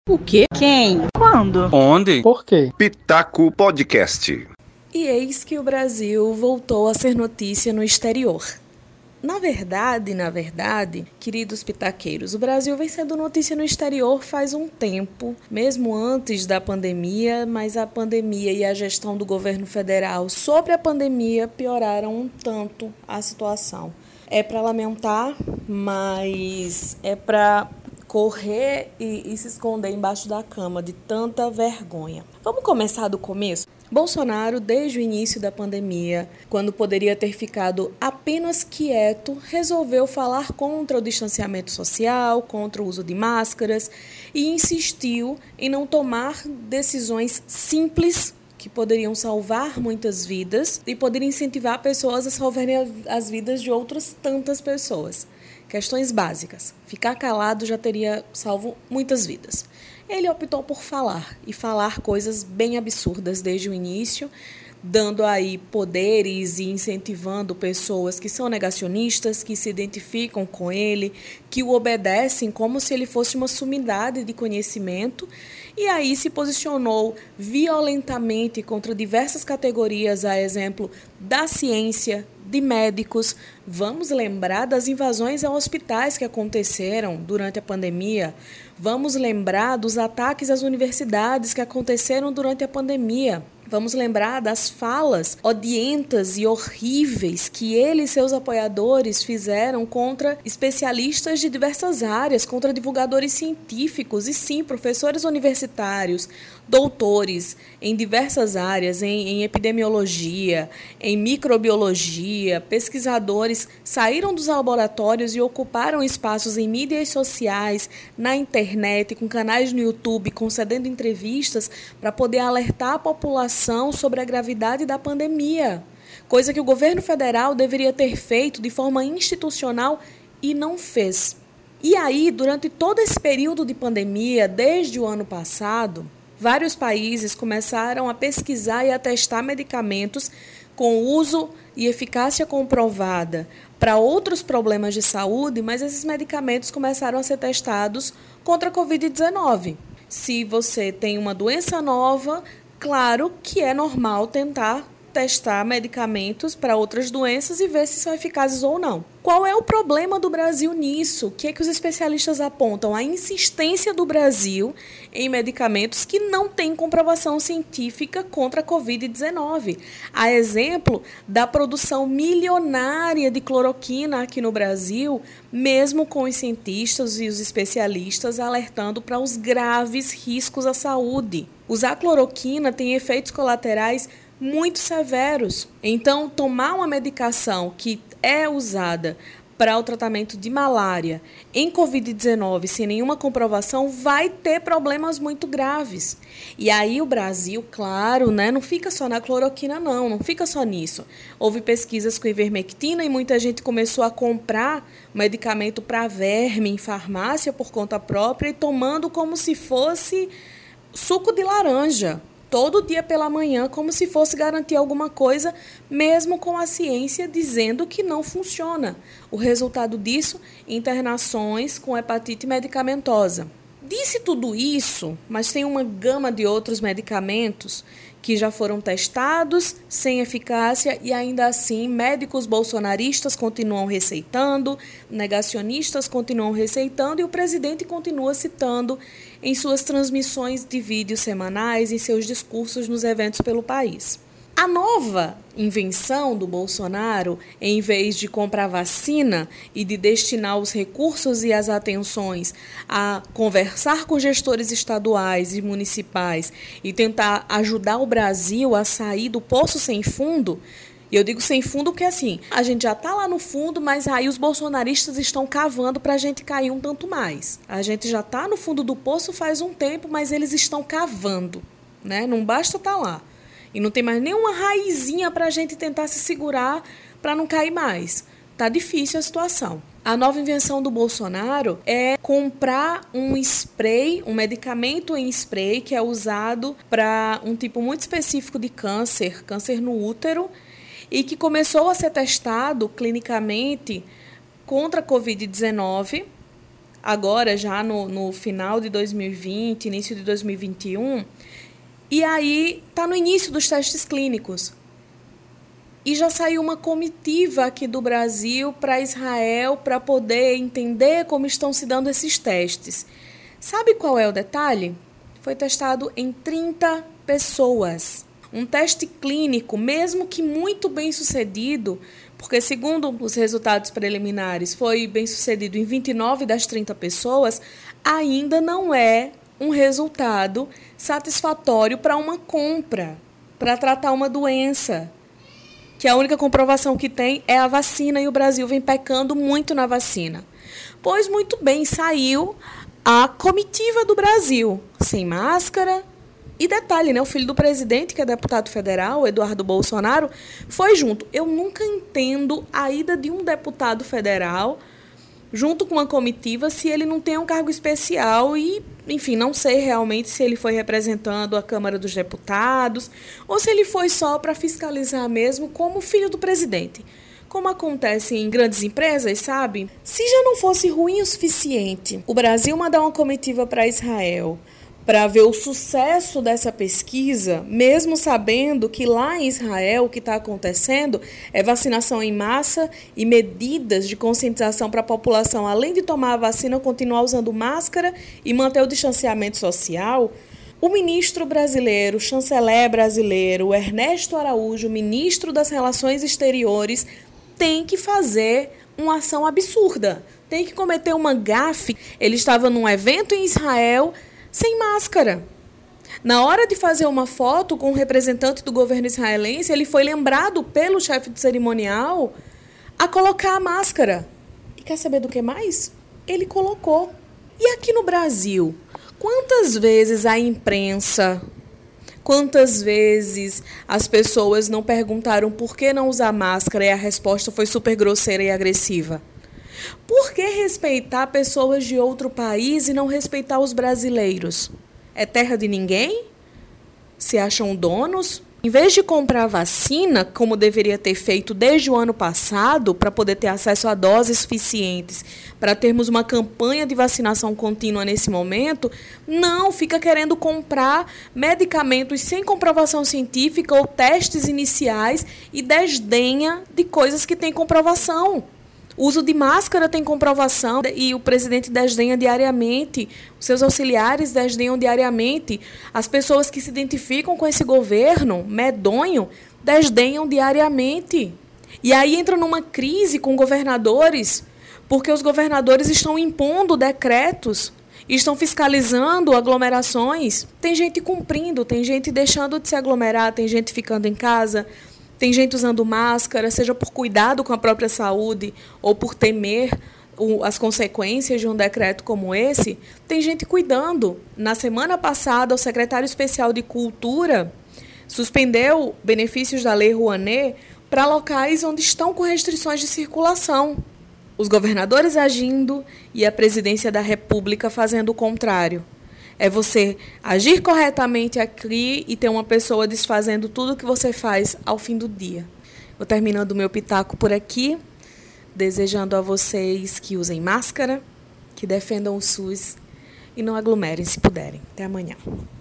O quê? Quem? Quando? Onde? Por quê? Pitaco Podcast. E eis que o Brasil voltou a ser notícia no exterior. Na verdade, queridos pitaqueiros, o Brasil vem sendo notícia no exterior faz um tempo, mesmo antes da pandemia, mas a pandemia e a gestão do governo federal sobre a pandemia pioraram um tanto a situação. É para lamentar, mas é para correr e se esconder embaixo da cama de tanta vergonha. Vamos começar do começo? Bolsonaro, desde o início da pandemia, quando poderia ter ficado apenas quieto, resolveu falar contra o distanciamento social, contra o uso de máscaras e insistiu em não tomar decisões simples que poderiam salvar muitas vidas e poderiam incentivar pessoas a salvarem as vidas de outras tantas pessoas. Questões básicas. Ficar calado já teria salvo muitas vidas. Ele optou por falar, e falar coisas bem absurdas desde o início, dando aí poderes e incentivando pessoas que são negacionistas, que se identificam com ele, que o obedecem como se ele fosse uma sumidade de conhecimento, e aí se posicionou violentamente contra diversas categorias, a exemplo da ciência, de médicos. Vamos lembrar das invasões a hospitais que aconteceram durante a pandemia. Vamos lembrar dos ataques às universidades que aconteceram durante a pandemia. Vamos lembrar das falas odientas e horríveis que ele e seus apoiadores fizeram contra especialistas de diversas áreas, contra divulgadores científicos e, sim, professores universitários, doutores em diversas áreas, em epidemiologia, em microbiologia, pesquisadores saíram dos laboratórios e ocuparam espaços em mídias sociais, na internet, com canais no YouTube, concedendo entrevistas para poder alertar a população sobre a gravidade da pandemia, coisa que o governo federal deveria ter feito de forma institucional e não fez. E aí, durante todo esse período de pandemia, desde o ano passado, vários países começaram a pesquisar e a testar medicamentos com uso e eficácia comprovada para outros problemas de saúde, mas esses medicamentos começaram a ser testados contra a Covid-19. Se você tem uma doença nova, claro que é normal tentar testar medicamentos para outras doenças e ver se são eficazes ou não. Qual é o problema do Brasil nisso? O que é que os especialistas apontam? A insistência do Brasil em medicamentos que não têm comprovação científica contra a Covid-19. A exemplo da produção milionária de cloroquina aqui no Brasil, mesmo com os cientistas e os especialistas alertando para os graves riscos à saúde. Usar cloroquina tem efeitos colaterais muito severos. Então, tomar uma medicação que é usada para o tratamento de malária em Covid-19 sem nenhuma comprovação vai ter problemas muito graves. E aí o Brasil, claro, não fica só na cloroquina, não fica só nisso. Houve pesquisas com ivermectina e muita gente começou a comprar medicamento para verme em farmácia por conta própria e tomando como se fosse suco de laranja. Todo dia pela manhã, como se fosse garantir alguma coisa, mesmo com a ciência dizendo que não funciona. O resultado disso, internações com hepatite medicamentosa. Disse tudo isso, mas tem uma gama de outros medicamentos que já foram testados sem eficácia e ainda assim médicos bolsonaristas continuam receitando, negacionistas continuam receitando e o presidente continua citando em suas transmissões de vídeos semanais, em seus discursos nos eventos pelo país. A nova invenção do Bolsonaro, em vez de comprar vacina e de destinar os recursos e as atenções a conversar com gestores estaduais e municipais e tentar ajudar o Brasil a sair do poço sem fundo, e eu digo sem fundo porque assim, a gente já está lá no fundo, mas aí os bolsonaristas estão cavando para a gente cair um tanto mais. A gente já está no fundo do poço faz um tempo, mas eles estão cavando, Não basta estar lá. E não tem mais nenhuma raizinha para a gente tentar se segurar para não cair mais. Tá difícil a situação. A nova invenção do Bolsonaro é comprar um spray, um medicamento em spray que é usado para um tipo muito específico de câncer no útero, e que começou a ser testado clinicamente contra a Covid-19 agora já no final de 2020, início de 2021, e aí está no início dos testes clínicos. E já saiu uma comitiva aqui do Brasil para Israel para poder entender como estão se dando esses testes. Sabe qual é o detalhe? Foi testado em 30 pessoas. Um teste clínico, mesmo que muito bem sucedido, porque segundo os resultados preliminares foi bem sucedido em 29 das 30 pessoas, ainda não é um resultado satisfatório para uma compra, para tratar uma doença, que a única comprovação que tem é a vacina, e o Brasil vem pecando muito na vacina. Pois muito bem, saiu a comitiva do Brasil, sem máscara. E detalhe, né, o filho do presidente, que é deputado federal, Eduardo Bolsonaro, foi junto. Eu nunca entendo a ida de um deputado federal junto com uma comitiva se ele não tem um cargo especial e, enfim, não sei realmente se ele foi representando a Câmara dos Deputados ou se ele foi só para fiscalizar mesmo como filho do presidente. Como acontece em grandes empresas, sabe? Se já não fosse ruim o suficiente o Brasil mandar uma comitiva para Israel para ver o sucesso dessa pesquisa, mesmo sabendo que lá em Israel o que está acontecendo é vacinação em massa e medidas de conscientização para a população, além de tomar a vacina, continuar usando máscara e manter o distanciamento social. O ministro brasileiro, o chanceler brasileiro, Ernesto Araújo, ministro das Relações Exteriores, tem que fazer uma ação absurda, tem que cometer uma gafe. Ele estava num evento em Israel sem máscara. Na hora de fazer uma foto com um representante do governo israelense, ele foi lembrado pelo chefe de cerimonial a colocar a máscara. E quer saber do que mais? Ele colocou. E aqui no Brasil, quantas vezes a imprensa, quantas vezes as pessoas não perguntaram por que não usar máscara e a resposta foi super grosseira e agressiva? Por que respeitar pessoas de outro país e não respeitar os brasileiros? É terra de ninguém? Se acham donos? Em vez de comprar vacina, como deveria ter feito desde o ano passado, para poder ter acesso a doses suficientes, para termos uma campanha de vacinação contínua nesse momento, não, fica querendo comprar medicamentos sem comprovação científica ou testes iniciais e desdenha de coisas que têm comprovação. O uso de máscara tem comprovação e o presidente desdenha diariamente, os seus auxiliares desdenham diariamente, as pessoas que se identificam com esse governo medonho desdenham diariamente. E aí entra numa crise com governadores, porque os governadores estão impondo decretos, estão fiscalizando aglomerações. Tem gente cumprindo, tem gente deixando de se aglomerar, tem gente ficando em casa. Tem gente usando máscara, seja por cuidado com a própria saúde ou por temer as consequências de um decreto como esse. Tem gente cuidando. Na semana passada, o secretário especial de Cultura suspendeu benefícios da Lei Rouanet para locais onde estão com restrições de circulação. Os governadores agindo e a presidência da República fazendo o contrário. É você agir corretamente aqui e ter uma pessoa desfazendo tudo que você faz ao fim do dia. Vou terminando o meu pitaco por aqui, desejando a vocês que usem máscara, que defendam o SUS e não aglomerem se puderem. Até amanhã.